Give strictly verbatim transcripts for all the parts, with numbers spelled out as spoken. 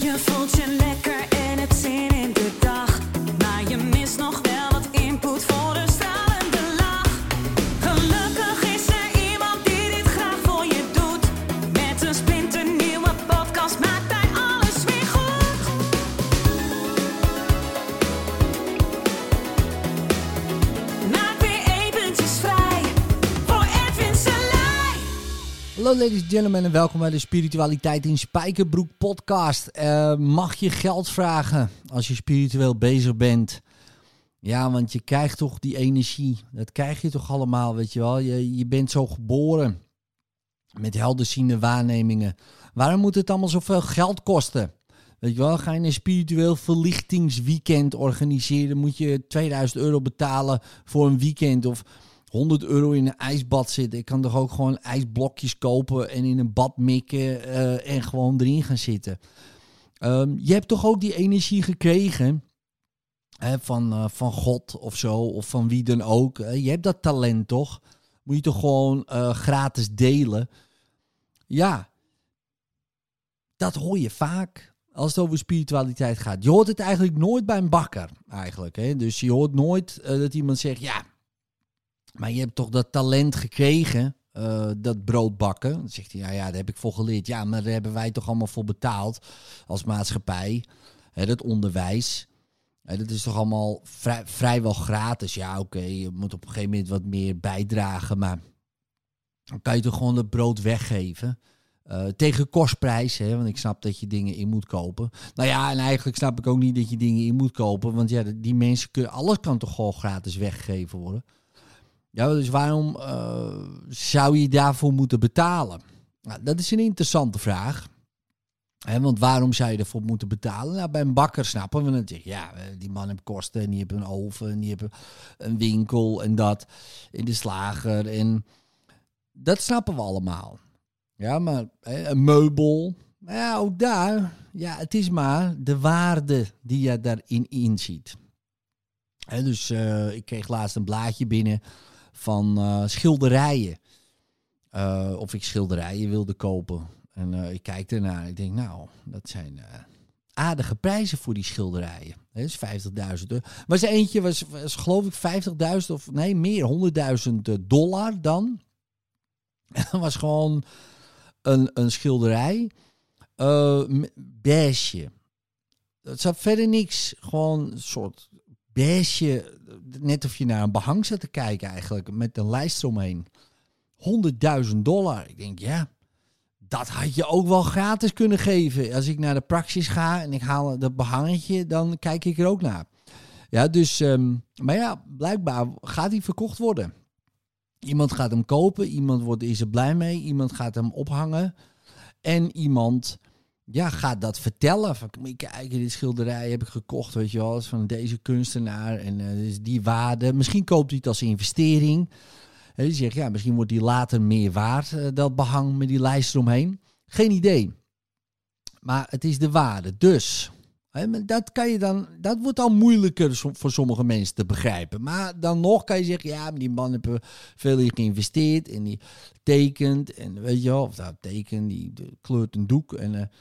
Je voelt je lekker en hebt zin in de dag. Maar je mist nog wel wat input voor een stralende lach. Gelukkig is er iemand die dit graag voor je doet. Met een splinternieuwe podcast maakt hij alles weer goed. Maak weer eventjes vrij voor Edwin Selei. Hallo ladies and gentlemen en welkom bij de Spiritualiteit in Spijkerbroek podcast. Uh, mag je geld vragen als je spiritueel bezig bent? Ja, want je krijgt toch die energie. Dat krijg je toch allemaal, weet je wel. Je, je bent zo geboren met helderziende waarnemingen. Waarom moet het allemaal zoveel geld kosten? Weet je wel, ga je een spiritueel verlichtingsweekend organiseren, moet je tweeduizend euro betalen voor een weekend of honderd euro in een ijsbad zitten. Ik kan toch ook gewoon ijsblokjes kopen en in een bad mikken uh, en gewoon erin gaan zitten. Um, je hebt toch ook die energie gekregen hè, van, uh, van God of zo, of van wie dan ook. Uh, je hebt dat talent toch? Moet je toch gewoon uh, gratis delen? Ja, dat hoor je vaak als het over spiritualiteit gaat. Je hoort het eigenlijk nooit bij een bakker eigenlijk. Hè? Dus je hoort nooit uh, dat iemand zegt, ja, maar je hebt toch dat talent gekregen, uh, dat brood bakken. Dan zegt hij, ja, ja, daar heb ik voor geleerd. Ja, maar daar hebben wij toch allemaal voor betaald als maatschappij. Hè, dat onderwijs, hè, dat is toch allemaal vrij, vrijwel gratis. Ja, oké, okay, je moet op een gegeven moment wat meer bijdragen. Maar dan kan je toch gewoon dat brood weggeven. Uh, tegen kostprijs, hè, want ik snap dat je dingen in moet kopen. Nou ja, en eigenlijk snap ik ook niet dat je dingen in moet kopen. Want ja, die mensen kunnen, alles kan toch gewoon gratis weggegeven worden. Ja, dus waarom uh, zou je daarvoor moeten betalen? Nou, dat is een interessante vraag. He, want waarom zou je ervoor moeten betalen? Nou, bij een bakker snappen we het. Ja, die man heeft kosten en die heeft een oven en die heeft een winkel en dat. In de slager en dat snappen we allemaal. Ja, maar he, een meubel, ja, ook daar. Ja, het is maar de waarde die je daarin inziet. He, dus uh, ik kreeg laatst een blaadje binnen van uh, schilderijen. Uh, of ik schilderijen wilde kopen. En uh, ik kijk ernaar en ik denk, nou, dat zijn uh, aardige prijzen voor die schilderijen. Dat is vijftigduizend euro. Was er eentje, was, was geloof ik vijftigduizend of nee, meer, honderdduizend dollar dan. Dat was gewoon een, een schilderij. Uh, beige. Dat zat verder niks. Gewoon een soort beige, net of je naar een behang zat te kijken eigenlijk, met een lijst eromheen. honderdduizend dollar. Ik denk, ja, dat had je ook wel gratis kunnen geven. Als ik naar de Praxis ga en ik haal dat behangetje, dan kijk ik er ook naar. Ja, dus, um, maar ja, blijkbaar gaat die verkocht worden. Iemand gaat hem kopen, iemand wordt, is er blij mee, iemand gaat hem ophangen en iemand, ja, gaat dat vertellen. Van, kijk, dit schilderij heb ik gekocht, weet je wel, is van deze kunstenaar en uh, is die waarde. Misschien koopt hij het als investering. En die zegt, ja, misschien wordt die later meer waard, uh, dat behang met die lijst eromheen. Geen idee. Maar het is de waarde. Dus, hè, dat kan je dan, dat wordt al moeilijker voor sommige mensen te begrijpen. Maar dan nog kan je zeggen, ja, die man heeft veel in geïnvesteerd en die tekent en weet je wel, of dat tekent, die kleurt een doek en uh,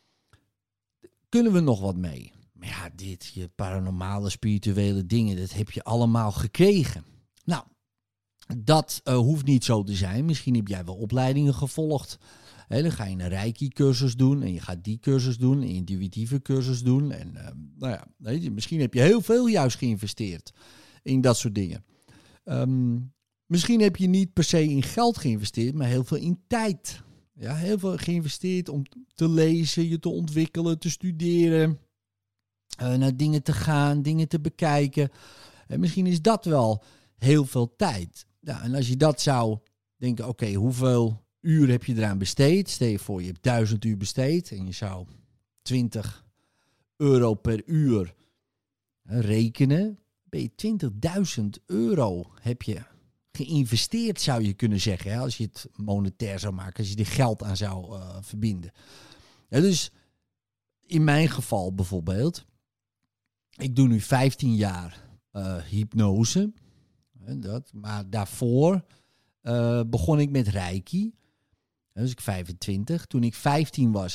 kunnen we nog wat mee. Maar ja, dit, je paranormale, spirituele dingen, dat heb je allemaal gekregen. Nou, dat uh, hoeft niet zo te zijn. Misschien heb jij wel opleidingen gevolgd. He, dan ga je een Reiki-cursus doen en je gaat die cursus doen, een intuïtieve cursus doen. En uh, nou ja, weet je, misschien heb je heel veel juist geïnvesteerd in dat soort dingen. Um, misschien heb je niet per se in geld geïnvesteerd, maar heel veel in tijd. Ja, heel veel geïnvesteerd om te lezen, je te ontwikkelen, te studeren, uh, naar dingen te gaan, dingen te bekijken. En misschien is dat wel heel veel tijd. Ja, en als je dat zou denken, oké, okay, hoeveel uur heb je eraan besteed? Stel je voor, je hebt duizend uur besteed en je zou twintig euro per uur rekenen. Ben je twintigduizend euro heb je geïnvesteerd, zou je kunnen zeggen. Hè, als je het monetair zou maken, als je er geld aan zou uh, verbinden. Ja, dus in mijn geval bijvoorbeeld, ik doe nu vijftien jaar uh, hypnose. Dat, maar daarvoor uh, begon ik met Reiki. Dus ik vijfentwintig. Toen ik vijftien was, uh,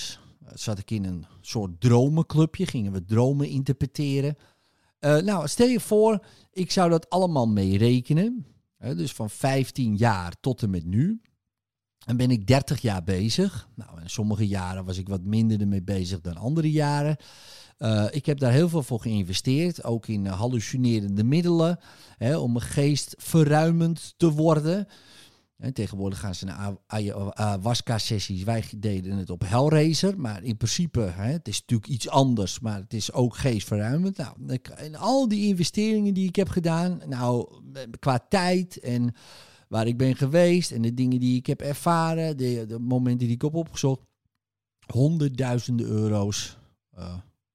zat ik in een soort dromenclubje. Gingen we dromen interpreteren. Uh, nou, stel je voor, ik zou dat allemaal meerekenen. Uh, dus van vijftien jaar tot en met nu. En ben ik dertig jaar bezig. Nou, in sommige jaren was ik wat minder ermee bezig dan andere jaren. Uh, ik heb daar heel veel voor geïnvesteerd. Ook in uh, hallucinerende middelen. Hè, om mijn geest verruimend te worden. En tegenwoordig gaan ze naar ayahuasca-sessies. Wij deden het op Hellraiser. Maar in principe, hè, het is natuurlijk iets anders. Maar het is ook geestverruimend. Nou, en al die investeringen die ik heb gedaan. Nou, qua tijd en waar ik ben geweest. En de dingen die ik heb ervaren. De, de momenten die ik heb opgezocht. Honderdduizenden euro's. Uh,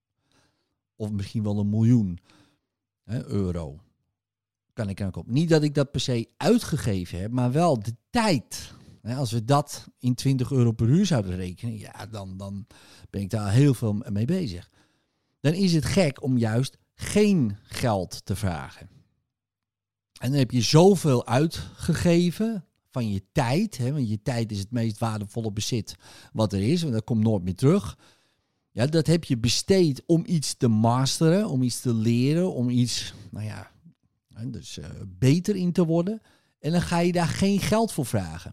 of misschien wel een miljoen hè, euro. Kan ik ook op. Niet dat ik dat per se uitgegeven heb, maar wel de tijd. Als we dat in twintig euro per uur zouden rekenen, ja, dan, dan ben ik daar heel veel mee bezig. Dan is het gek om juist geen geld te vragen. En dan heb je zoveel uitgegeven van je tijd. Hè, want je tijd is het meest waardevolle bezit wat er is. Want dat komt nooit meer terug. Ja, dat heb je besteed om iets te masteren, om iets te leren, om iets, nou ja, dus uh, beter in te worden. En dan ga je daar geen geld voor vragen.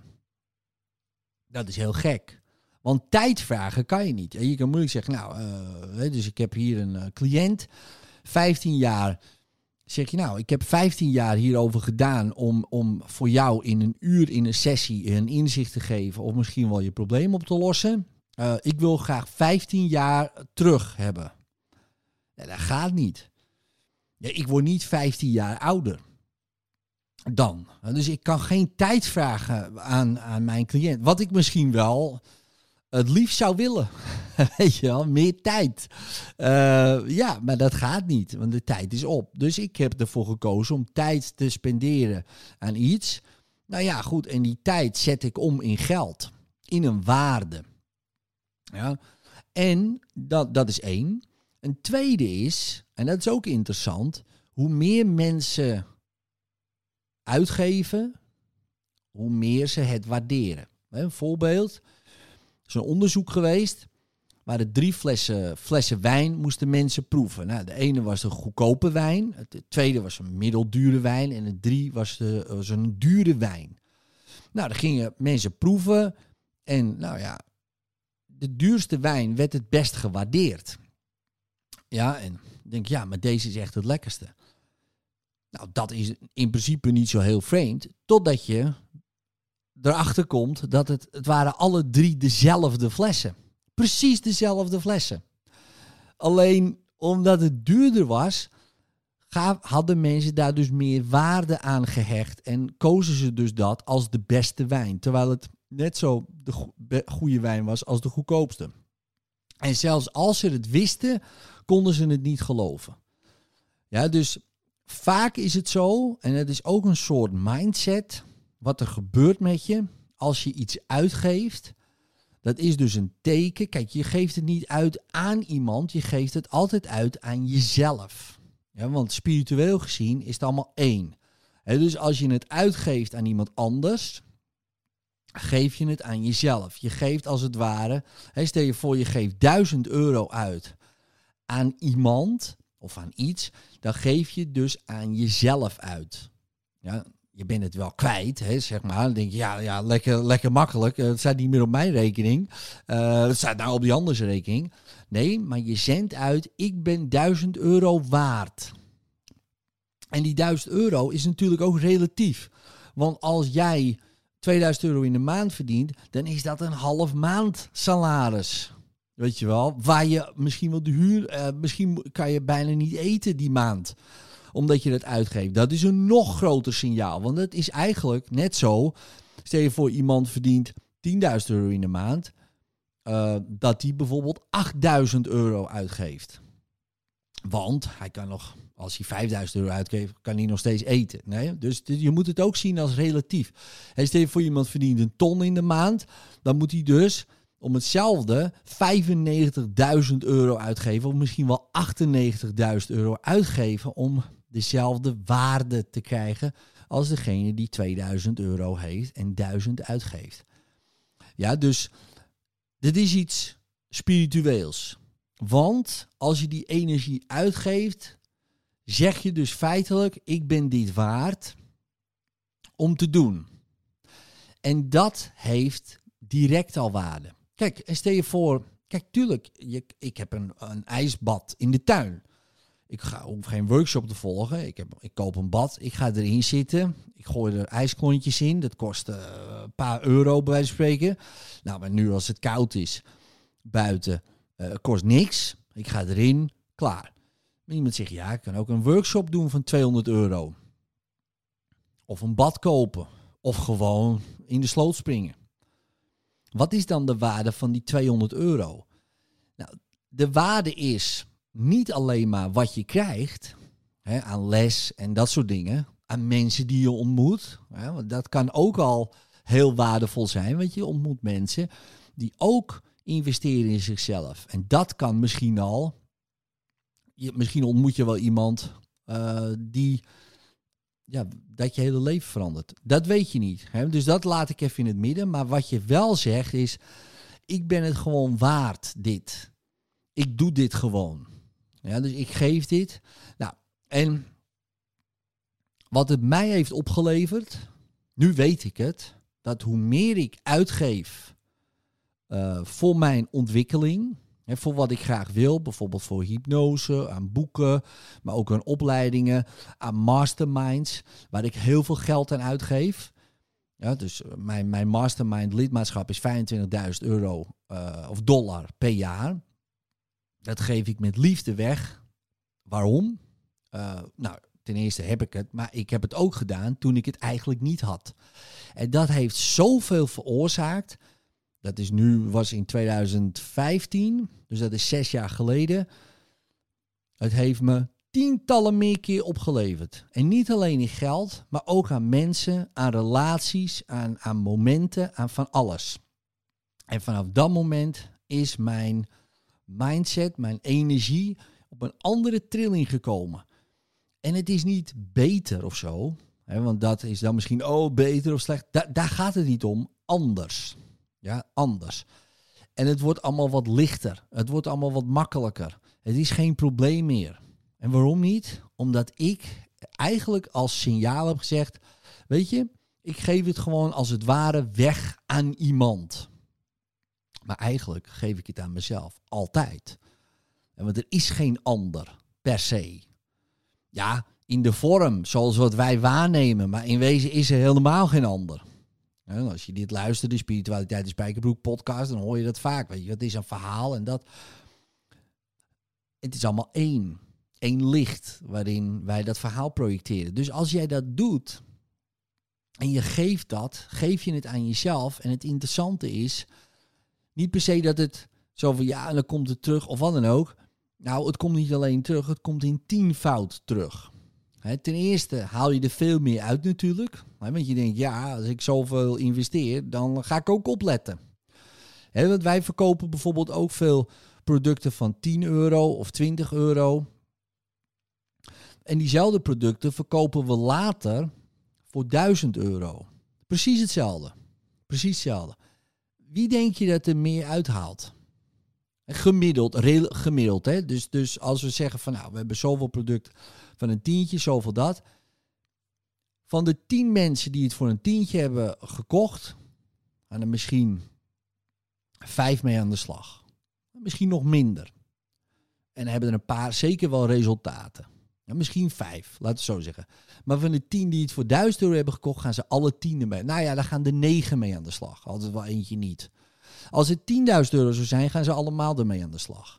Dat is heel gek. Want tijd vragen kan je niet. Je kan moeilijk zeggen, nou, uh, dus ik heb hier een uh, cliënt, vijftien jaar. Zeg je, nou, ik heb vijftien jaar hierover gedaan om, om voor jou in een uur in een sessie een inzicht te geven of misschien wel je probleem op te lossen. Uh, ik wil graag vijftien jaar terug hebben. Ja, dat gaat niet. Ja, ik word niet vijftien jaar ouder dan. Dus ik kan geen tijd vragen aan, aan mijn cliënt. Wat ik misschien wel het liefst zou willen. Weet je wel, meer tijd. Uh, ja, maar dat gaat niet, want de tijd is op. Dus ik heb ervoor gekozen om tijd te spenderen aan iets. Nou ja, goed, en die tijd zet ik om in geld. In een waarde. Ja, en dat, dat is één. Een tweede is, en dat is ook interessant, hoe meer mensen uitgeven, hoe meer ze het waarderen. Een voorbeeld, er is een onderzoek geweest, waar de drie flessen, flessen wijn moesten mensen proeven. Nou, de ene was een goedkope wijn, de tweede was een middeldure wijn en de drie was, de, was een dure wijn. Nou, dan gingen mensen proeven en nou ja, de duurste wijn werd het best gewaardeerd. Ja, en ik denk, ja, maar deze is echt het lekkerste. Nou, dat is in principe niet zo heel vreemd, totdat je erachter komt dat het, het waren alle drie dezelfde flessen. Precies dezelfde flessen. Alleen omdat het duurder was, hadden mensen daar dus meer waarde aan gehecht en kozen ze dus dat als de beste wijn. Terwijl het net zo de go- goede wijn was als de goedkoopste. En zelfs als ze het wisten, konden ze het niet geloven. Ja, dus vaak is het zo, en het is ook een soort mindset, wat er gebeurt met je als je iets uitgeeft. Dat is dus een teken. Kijk, je geeft het niet uit aan iemand, je geeft het altijd uit aan jezelf. Ja, want spiritueel gezien is het allemaal één. He, dus als je het uitgeeft aan iemand anders, geef je het aan jezelf. Je geeft als het ware, he, stel je voor je geeft duizend euro uit aan iemand of aan iets, dan geef je dus aan jezelf uit. Ja, je bent het wel kwijt, hè, zeg maar. Dan denk je, ja, ja lekker, lekker makkelijk. Het staat niet meer op mijn rekening. Uh, het staat nou op die andere rekening. Nee, maar je zendt uit, ik ben duizend euro waard. En die duizend euro is natuurlijk ook relatief. Want als jij tweeduizend euro in de maand verdient, dan is dat een half maand salaris. Weet je wel, waar je misschien wel de huur, uh, misschien kan je bijna niet eten die maand, omdat je dat uitgeeft. Dat is een nog groter signaal, want het is eigenlijk net zo, stel je voor iemand verdient tienduizend euro in de maand, uh, dat hij bijvoorbeeld achtduizend euro uitgeeft. Want hij kan nog, als hij vijfduizend euro uitgeeft, kan hij nog steeds eten. Nee? Dus je moet het ook zien als relatief. En stel je voor iemand verdient een ton in de maand, dan moet hij dus om hetzelfde vijfennegentigduizend euro uitgeven, of misschien wel achtennegentigduizend euro uitgeven om dezelfde waarde te krijgen als degene die tweeduizend euro heeft en duizend uitgeeft. Ja, dus dit is iets spiritueels. Want als je die energie uitgeeft, zeg je dus feitelijk, ik ben dit waard om te doen. En dat heeft direct al waarde. Kijk, en stel je voor, kijk, tuurlijk, je, ik heb een, een ijsbad in de tuin. Ik ga, hoef geen workshop te volgen. Ik, heb, ik koop een bad, ik ga erin zitten. Ik gooi er ijsklontjes in. Dat kost uh, een paar euro bij wijze van spreken. Nou, maar nu als het koud is buiten, uh, kost niks. Ik ga erin, klaar. Maar iemand zegt, ja, ik kan ook een workshop doen van tweehonderd euro. Of een bad kopen. Of gewoon in de sloot springen. Wat is dan de waarde van die tweehonderd euro? Nou, de waarde is niet alleen maar wat je krijgt, hè, aan les en dat soort dingen, aan mensen die je ontmoet. Hè, want dat kan ook al heel waardevol zijn, want je ontmoet mensen die ook investeren in zichzelf. En dat kan misschien al, je, misschien ontmoet je wel iemand uh, die, ja, dat je hele leven verandert. Dat weet je niet. Hè? Dus dat laat ik even in het midden. Maar wat je wel zegt is, ik ben het gewoon waard, dit. Ik doe dit gewoon. Ja, dus ik geef dit. Nou, en wat het mij heeft opgeleverd, nu weet ik het, dat hoe meer ik uitgeef uh, voor mijn ontwikkeling, hè, voor wat ik graag wil, bijvoorbeeld voor hypnose, aan boeken, maar ook aan opleidingen, aan masterminds, waar ik heel veel geld aan uitgeef. Ja, dus mijn, mijn mastermind lidmaatschap is vijfentwintigduizend euro uh, of dollar per jaar. Dat geef ik met liefde weg. Waarom? Uh, nou, ten eerste heb ik het, maar ik heb het ook gedaan toen ik het eigenlijk niet had. En dat heeft zoveel veroorzaakt. Dat is nu, was in tweeduizend vijftien, dus dat is zes jaar geleden. Het heeft me tientallen meer keer opgeleverd. En niet alleen in geld, maar ook aan mensen, aan relaties, aan, aan momenten, aan van alles. En vanaf dat moment is mijn mindset, mijn energie op een andere trilling gekomen. En het is niet beter of zo, hè, want dat is dan misschien, oh, beter of slecht. Da- daar gaat het niet om, anders. Ja, anders. En het wordt allemaal wat lichter. Het wordt allemaal wat makkelijker. Het is geen probleem meer. En waarom niet? Omdat ik eigenlijk als signaal heb gezegd, weet je, ik geef het gewoon als het ware weg aan iemand. Maar eigenlijk geef ik het aan mezelf. Altijd. En want er is geen ander, per se. Ja, in de vorm, zoals wat wij waarnemen. Maar in wezen is er helemaal geen ander. En als je dit luistert, de Spiritualiteit in Spijkerbroek podcast, dan hoor je dat vaak. Weet je, het is een verhaal en dat. Het is allemaal één. Één licht waarin wij dat verhaal projecteren. Dus als jij dat doet en je geeft dat, geef je het aan jezelf. En het interessante is, niet per se dat het zo van ja, en dan komt het terug of wat dan ook. Nou, het komt niet alleen terug, het komt in tienvoud terug. He, ten eerste haal je er veel meer uit natuurlijk. He, want je denkt, ja, als ik zoveel investeer, dan ga ik ook opletten. He, want wij verkopen bijvoorbeeld ook veel producten van tien euro of twintig euro. En diezelfde producten verkopen we later voor duizend euro. Precies hetzelfde. Precies hetzelfde. Wie denk je dat er meer uithaalt? Gemiddeld, rel, gemiddeld. Hè? Dus, dus als we zeggen van nou, we hebben zoveel product van een tientje, zoveel dat. Van de tien mensen die het voor een tientje hebben gekocht, gaan er misschien vijf mee aan de slag. Misschien nog minder. En hebben er een paar zeker wel resultaten. Ja, misschien vijf, laten we het zo zeggen. Maar van de tien die het voor duizend euro hebben gekocht, gaan ze alle tien ermee. Nou ja, daar gaan er negen mee aan de slag. Altijd wel eentje niet. Als het tienduizend euro zou zijn, gaan ze allemaal ermee aan de slag.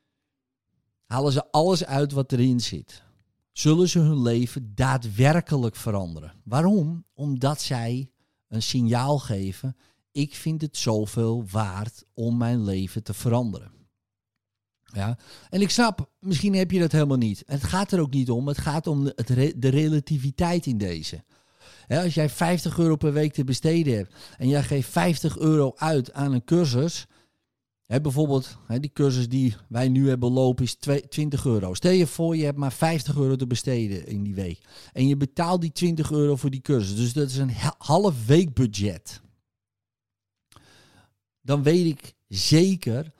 Halen ze alles uit wat erin zit. Zullen ze hun leven daadwerkelijk veranderen. Waarom? Omdat zij een signaal geven. Ik vind het zoveel waard om mijn leven te veranderen. Ja? En ik snap, misschien heb je dat helemaal niet. Het gaat er ook niet om. Het gaat om de, het re- de relativiteit in deze. He, als jij vijftig euro per week te besteden hebt en jij geeft vijftig euro uit aan een cursus. He, bijvoorbeeld, he, die cursus die wij nu hebben lopen is twintig euro. Stel je voor, je hebt maar vijftig euro te besteden in die week. En je betaalt die twintig euro voor die cursus. Dus dat is een half weekbudget. Dan weet ik zeker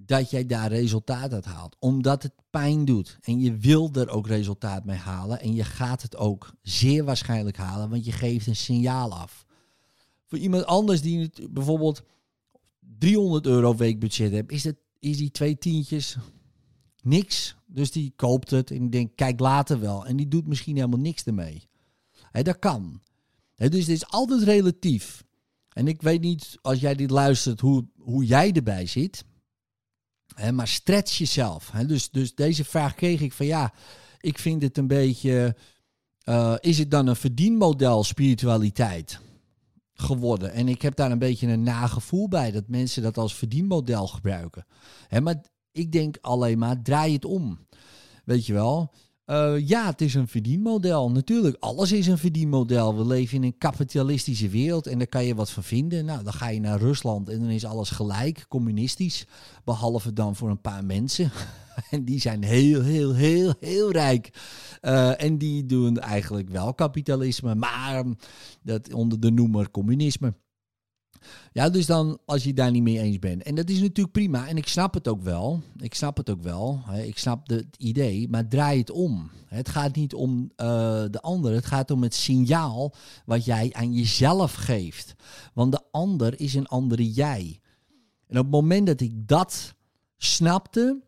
dat jij daar resultaat uit haalt. Omdat het pijn doet. En je wil er ook resultaat mee halen. En je gaat het ook zeer waarschijnlijk halen. Want je geeft een signaal af. Voor iemand anders die bijvoorbeeld driehonderd euro weekbudget heeft, is, het, is die twee tientjes niks. Dus die koopt het en denkt, kijk later wel. En die doet misschien helemaal niks ermee. He, dat kan. He, dus het is altijd relatief. En ik weet niet, als jij dit luistert, hoe, hoe jij erbij zit. He, maar stretch jezelf. He, dus, dus deze vraag kreeg ik van ja, ik vind het een beetje, uh, is het dan een verdienmodel spiritualiteit geworden? En ik heb daar een beetje een nagevoel bij, dat mensen dat als verdienmodel gebruiken. He, maar ik denk alleen maar, draai het om. Weet je wel? Uh, ja, het is een verdienmodel. Natuurlijk, alles is een verdienmodel. We leven in een kapitalistische wereld en daar kan je wat van vinden. Nou, dan ga je naar Rusland en dan is alles gelijk, communistisch. Behalve dan voor een paar mensen. En die zijn heel, heel, heel, heel rijk. Uh, en die doen eigenlijk wel kapitalisme, maar dat onder de noemer communisme. Ja, dus dan als je het daar niet mee eens bent. En dat is natuurlijk prima. En ik snap het ook wel. Ik snap het ook wel. Ik snap het idee. Maar draai het om. Het gaat niet om uh, de ander. Het gaat om het signaal wat jij aan jezelf geeft. Want de ander is een andere jij. En op het moment dat ik dat snapte,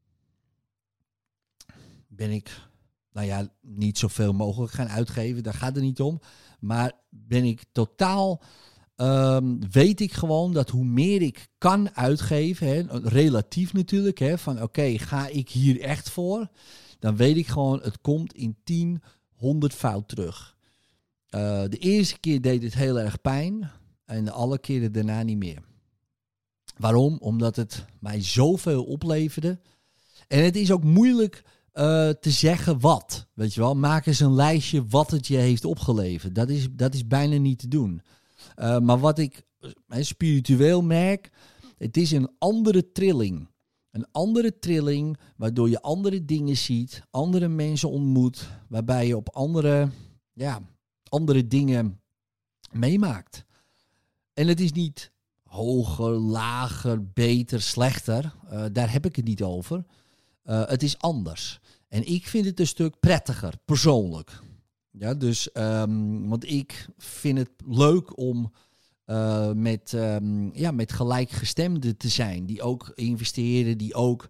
ben ik, nou ja, niet zoveel mogelijk gaan uitgeven. Daar gaat het niet om. Maar ben ik totaal... Um, weet ik gewoon dat hoe meer ik kan uitgeven, hè, relatief natuurlijk, hè, van oké, okay, ga ik hier echt voor, dan weet ik gewoon, het komt in tien, honderd fout terug. Uh, de eerste keer deed het heel erg pijn en de alle keren daarna niet meer. Waarom? Omdat het mij zoveel opleverde. En het is ook moeilijk uh, te zeggen wat, weet je wel. Maak eens een lijstje wat het je heeft opgeleverd. Dat is, dat is bijna niet te doen. Uh, maar wat ik he, spiritueel merk, het is een andere trilling. Een andere trilling waardoor je andere dingen ziet, andere mensen ontmoet, waarbij je op andere, ja, andere dingen meemaakt. En het is niet hoger, lager, beter, slechter. Uh, daar heb ik het niet over. Uh, het is anders. En ik vind het een stuk prettiger, persoonlijk. Ja, dus, um, want ik vind het leuk om uh, met, um, ja, met gelijkgestemden te zijn. Die ook investeren, die ook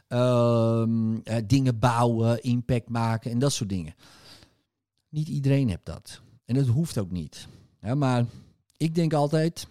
um, uh, dingen bouwen, impact maken en dat soort dingen. Niet iedereen heeft dat. En dat hoeft ook niet. Ja, maar ik denk altijd,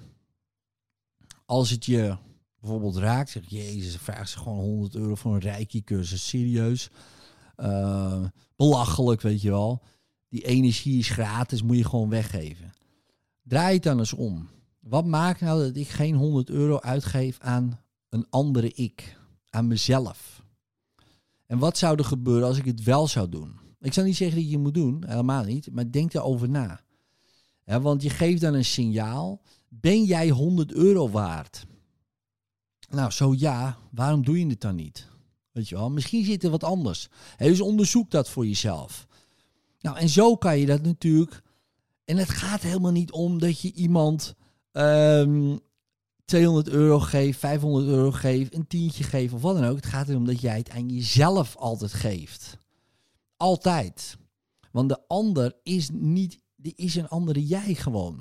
als het je bijvoorbeeld raakt, zeg jezus, vraag ze gewoon honderd euro voor een Reiki-cursus. Serieus. Uh, belachelijk, weet je wel. Die energie is gratis, moet je gewoon weggeven. Draai het dan eens om. Wat maakt nou dat ik geen honderd euro uitgeef aan een andere ik? Aan mezelf. En wat zou er gebeuren als ik het wel zou doen? Ik zou niet zeggen dat je het moet doen, helemaal niet. Maar denk erover na. Ja, want je geeft dan een signaal. Ben jij honderd euro waard? Nou, zo ja, waarom doe je het dan niet? Weet je wel, misschien zit er wat anders. He, dus onderzoek dat voor jezelf. Nou, en zo kan je dat natuurlijk. En het gaat helemaal niet om dat je iemand um, tweehonderd euro geeft, vijfhonderd euro geeft, een tientje geeft of wat dan ook. Het gaat erom dat jij het aan jezelf altijd geeft. Altijd. Want de ander is niet, die is een andere jij gewoon.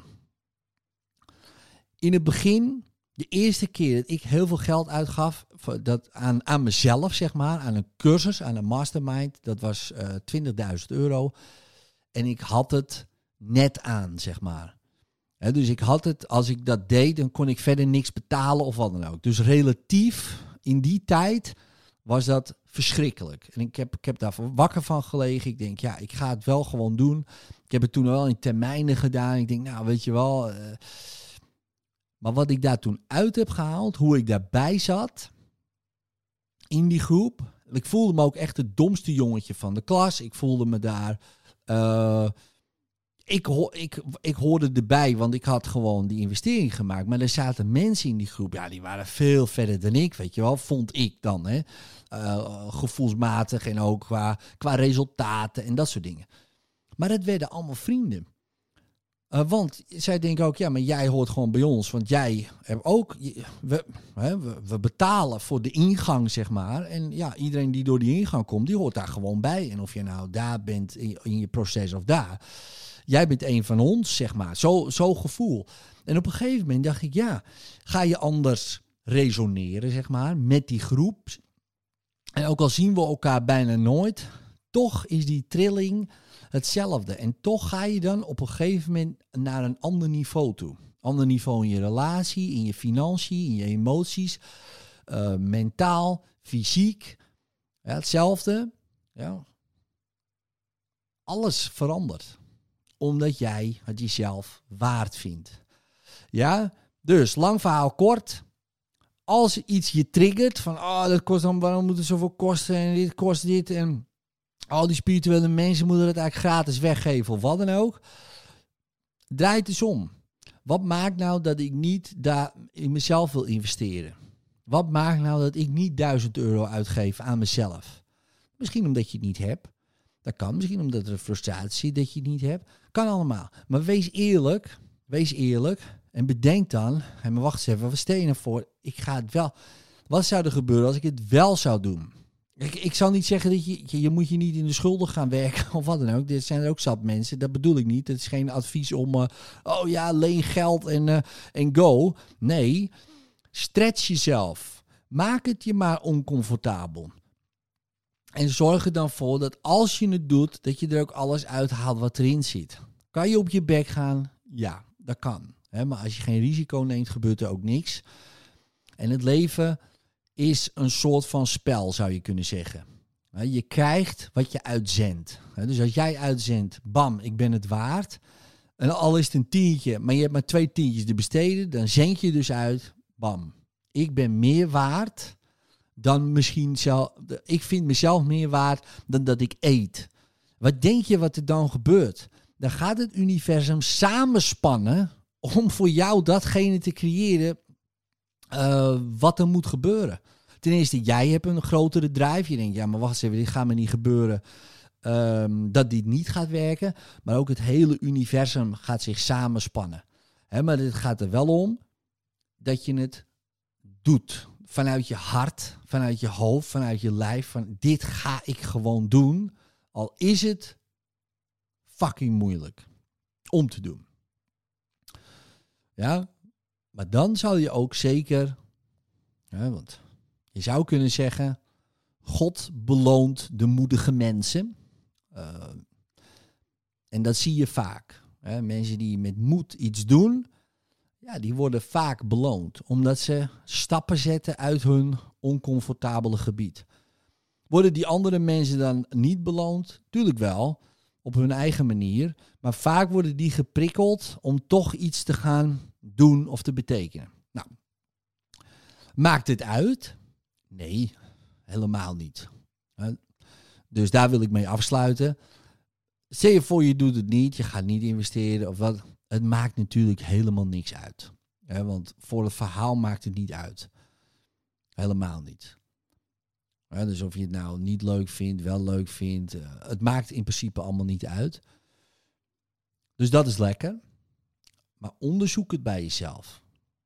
In het begin, de eerste keer dat ik heel veel geld uitgaf dat aan, aan mezelf, zeg maar, aan een cursus, aan een mastermind, dat was uh, twintigduizend euro. En ik had het net aan, zeg maar. He, dus ik had het, als ik dat deed, dan kon ik verder niks betalen of wat dan ook. Dus relatief, in die tijd, was dat verschrikkelijk. En ik heb, ik heb daar wakker van gelegen. Ik denk, ja, ik ga het wel gewoon doen. Ik heb het toen wel in termijnen gedaan. Ik denk, nou, weet je wel. Uh, maar wat ik daar toen uit heb gehaald, hoe ik daarbij zat in die groep. Ik voelde me ook echt het domste jongetje van de klas. Ik voelde me daar... Uh, ik, ho- ik, ik hoorde erbij, want ik had gewoon die investering gemaakt. Maar er zaten mensen in die groep, ja, die waren veel verder dan ik, weet je wel. Vond ik dan, hè. Uh, gevoelsmatig en ook qua, qua resultaten en dat soort dingen. Maar het werden allemaal vrienden. Uh, want zij denken ook, ja, maar jij hoort gewoon bij ons. Want jij hebt ook, we, hè, we, we betalen voor de ingang, zeg maar. En ja, iedereen die door die ingang komt, die hoort daar gewoon bij. En of je nou daar bent in, in je proces of daar. Jij bent een van ons, zeg maar. Zo, zo gevoel. En op een gegeven moment dacht ik, ja, ga je anders resoneren, zeg maar, met die groep. En ook al zien we elkaar bijna nooit, toch is die trilling hetzelfde. En toch ga je dan op een gegeven moment naar een ander niveau toe. Ander niveau in je relatie, in je financiën, in je emoties, uh, mentaal, fysiek. Ja, hetzelfde. Ja. Alles verandert. Omdat jij het jezelf waard vindt. Ja, dus lang verhaal kort. Als iets je triggert van, oh, dat kost dan, waarom moet het zoveel kosten en dit kost dit en al die spirituele mensen moeten het eigenlijk gratis weggeven of wat dan ook. Draai het eens om. Wat maakt nou dat ik niet daar in mezelf wil investeren? Wat maakt nou dat ik niet duizend euro uitgeef aan mezelf? Misschien omdat je het niet hebt. Dat kan. Misschien omdat er een frustratie dat je het niet hebt. Kan allemaal. Maar wees eerlijk. Wees eerlijk. En bedenk dan. En maar wacht eens even. Wat stel je nou voor? Ik ga het wel. Wat zou er gebeuren als ik het wel zou doen? Ik, ik zal niet zeggen dat je, je... Je moet je niet in de schulden gaan werken. Of wat dan ook. Er zijn er ook zat mensen. Dat bedoel ik niet. Het is geen advies om... Uh, oh ja, leen geld en, uh, en go. Nee. Stretch jezelf. Maak het je maar oncomfortabel. En zorg er dan voor dat als je het doet, dat je er ook alles uithaalt wat erin zit. Kan je op je bek gaan? Ja, dat kan. He, maar als je geen risico neemt, gebeurt er ook niks. En het leven is een soort van spel, zou je kunnen zeggen. He, je krijgt wat je uitzendt. He, dus als jij uitzendt, bam, ik ben het waard. En al is het een tientje, maar je hebt maar twee tientjes te besteden, dan zend je dus uit, bam, ik ben meer waard dan misschien zelf. Ik vind mezelf meer waard dan dat ik eet. Wat denk je wat er dan gebeurt? Dan gaat het universum samenspannen om voor jou datgene te creëren uh, wat er moet gebeuren. Ten eerste, jij hebt een grotere drive. Je denkt, ja, maar wacht eens even, dit gaat me niet gebeuren. Um, dat dit niet gaat werken. Maar ook het hele universum gaat zich samenspannen. He, maar het gaat er wel om dat je het doet. Vanuit je hart, vanuit je hoofd, vanuit je lijf. Van dit ga ik gewoon doen. Al is het fucking moeilijk om te doen. Ja, maar dan zal je ook zeker... Ja, want je zou kunnen zeggen... God beloont de moedige mensen. Uh, en dat zie je vaak. Hè? Mensen die met moed iets doen... Ja, die worden vaak beloond. Omdat ze stappen zetten uit hun oncomfortabele gebied. Worden die andere mensen dan niet beloond? Tuurlijk wel. Op hun eigen manier. Maar vaak worden die geprikkeld om toch iets te gaan doen of te betekenen. Nou, maakt het uit? Nee, helemaal niet. Dus daar wil ik mee afsluiten. Stel je voor je doet het niet, je gaat niet investeren of wat. Het maakt natuurlijk helemaal niks uit. He, want voor het verhaal maakt het niet uit. Helemaal niet. He, dus of je het nou niet leuk vindt, wel leuk vindt. Uh, het maakt in principe allemaal niet uit. Dus dat is lekker. Maar onderzoek het bij jezelf.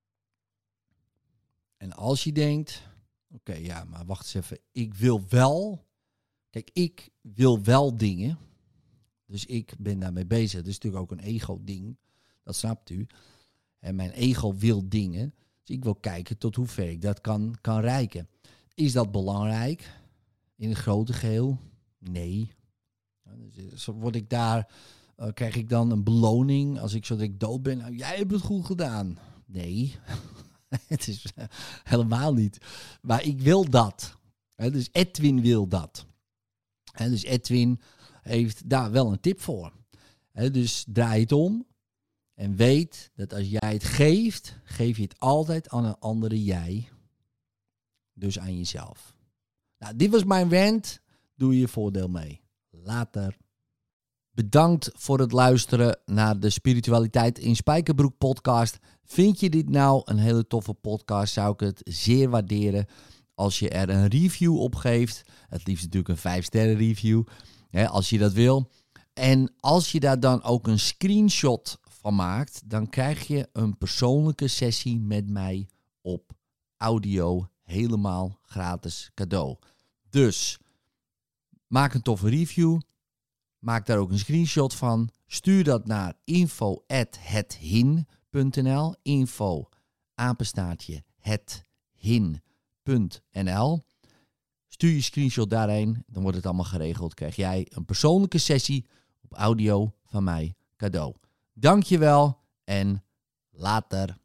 En als je denkt... Oké, okay, ja, maar wacht eens even. Ik wil wel... Kijk, ik wil wel dingen. Dus ik ben daarmee bezig. Dat is natuurlijk ook een ego-ding. Dat snapt u. En mijn ego wil dingen. Dus ik wil kijken tot hoe ver ik dat kan, kan reiken. Is dat belangrijk? In het grote geheel? Nee. Dus word ik daar... Uh, krijg ik dan een beloning als ik zodat ik dood ben? Nou, jij hebt het goed gedaan. Nee. Het is uh, helemaal niet. Maar ik wil dat. He, dus Edwin wil dat. He, dus Edwin heeft daar wel een tip voor. He, dus draai het om. En weet dat als jij het geeft, geef je het altijd aan een andere jij. Dus aan jezelf. Nou, dit was mijn rant. Doe je voordeel mee. Later. Bedankt voor het luisteren naar de Spiritualiteit in Spijkerbroek podcast. Vind je dit nou een hele toffe podcast, zou ik het zeer waarderen als je er een review op geeft. Het liefst natuurlijk een vijf sterren review, hè, als je dat wil. En als je daar dan ook een screenshot van maakt, dan krijg je een persoonlijke sessie met mij op audio helemaal gratis cadeau. Dus maak een toffe review. Maak daar ook een screenshot van. Stuur dat naar info at hethin punt n l. Info apenstaartje hethin punt n l. Stuur je screenshot daarheen. Dan wordt het allemaal geregeld. Krijg jij een persoonlijke sessie op audio van mij cadeau. Dankjewel en later.